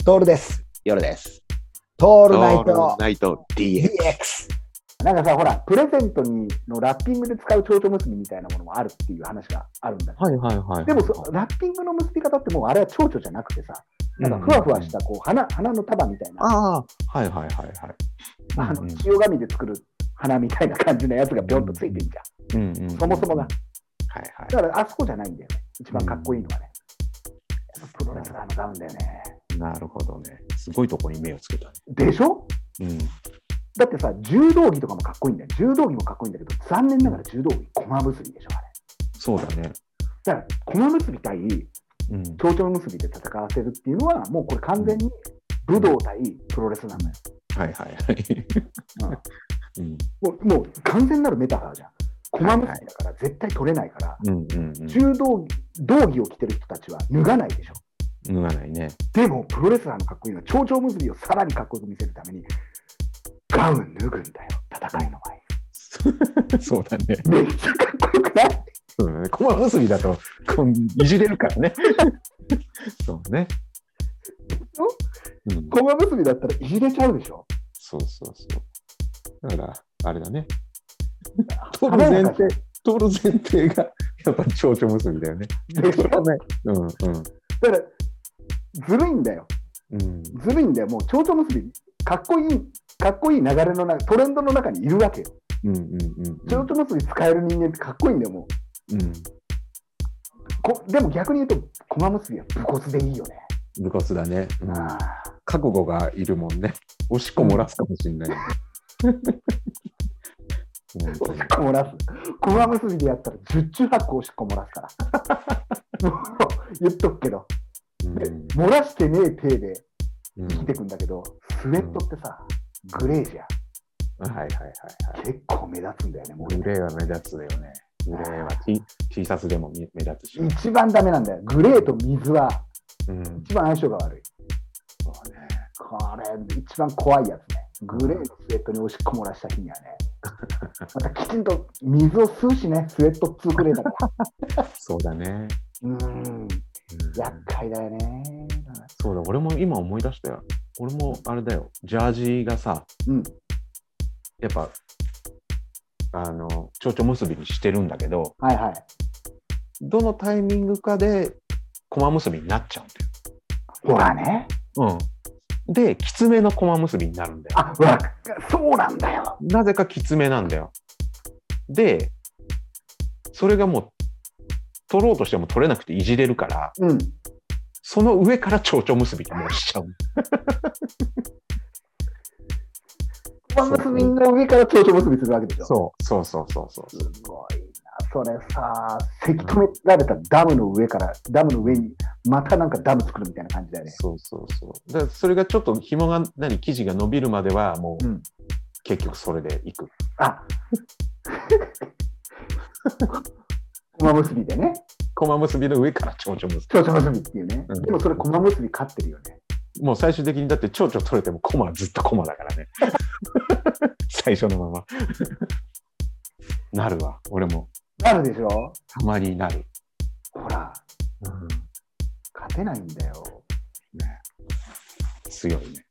トールです。 夜です。 トールナイオールトナイト DX。 DX。なんかさ、ほら、プレゼントのラッピングで使う蝶々結びみたいなものもあるっていう話があるんだけど、 はいはいはい。 でもラッピングの結び方ってもうあれは蝶々じゃなくてさ、なんかふわふわしたこう花の束みたいな、 ああ、はいはいはいはい。 塩紙で作る花みたいな感じのやつがビョンとついてんじゃん。そもそもが。 はいはい。 だからあそこじゃないんだよね。一番かっこいいのはね。プロレスラーのダウンだよね。 なるほどね。すごいとこに目をつけたね。 でしょ？だってさ、柔道着とかもかっこいいんだよ。柔道着もかっこいいんだけど、残念ながら柔道着、駒結びでしょ、あれ。 そうだね。 だから、駒結び対蝶々結びで戦わせるっていうのは、もうこれ完全に武道対プロレスなんだよ。 はいはいはい。 もう完全なるメタファーじゃん。駒結びだから絶対取れないから、柔道着を着てる人たちは脱がないでしょ。 脱がないね。 でも、プロレスラーのかっこいいのは、蝶々結びをさらにかっこよく見せるために、ガウン脱ぐんだよ、戦いの前に。そうだね。 めっちゃかっこよくない？ 駒結びだといじれるからね。そうね。 駒結びだったらいじれちゃうでしょ。 そうそうそう。だから、あれだね。取る前提がやっぱ蝶々結びだよね。 でしょ？ だから、 ずるいんだよ。ずるいんだよ。もう蝶々結び、かっこいい流れの中、トレンドの中にいるわけよ。蝶々結び使える人間ってかっこいいんだよ、もう。でも逆に言うと、駒結びは武骨でいいよね。 武骨だね。覚悟がいるもんね。おしっこ漏らすかもしれない。 おしっこ漏らす。駒結びでやったら十中八九おしっこ漏らすから。もう言っとくけど。漏らしてねえ体で生きてくんだけど、スウェットってさ、グレーじゃん。結構目立つんだよね、もう。 グレーは目立つよね。グレーは T シャツでも目立つし。 一番ダメなんだよ。グレーと水は一番相性が悪い。 そうね。 これ、一番怖いやつね。グレーのスウェットにおしっこ漏らした日にはね。またきちんと水を吸うしね、スウェット2グレーだから。 そうだね。 厄介だよね。 そうだ、俺も今思い出したよ。俺もあれだよ、ジャージがさ、やっぱ蝶々結びにしてるんだけど、どのタイミングかで駒結びになっちゃうんだよ。 ほらね。 で、きつめの駒結びになるんだよ。 そうなんだよ。 なぜかきつめなんだよ。で、それがもう取ろうとしても取れなくていじれるから、その上から蝶々結びにもうしちゃう。 駒結びの上から蝶々結びするわけでしょ。 そう。すごいな。それさ、せき止められたダムの上にまたなんかダム作るみたいな感じだよね。 そう。だからそれがちょっと紐が生地が伸びるまではもう、結局それでいく。 駒結びでね。 駒結びの上から蝶々結び。 蝶々結びっていうね。でもそれ駒結び勝ってるよね。 もう最終的にだって蝶々取れても駒はずっと駒だからね。最初のまま。なるわ、俺も。 なるでしょ？ たまになる。 ほら、勝てないんだよ。 強いね。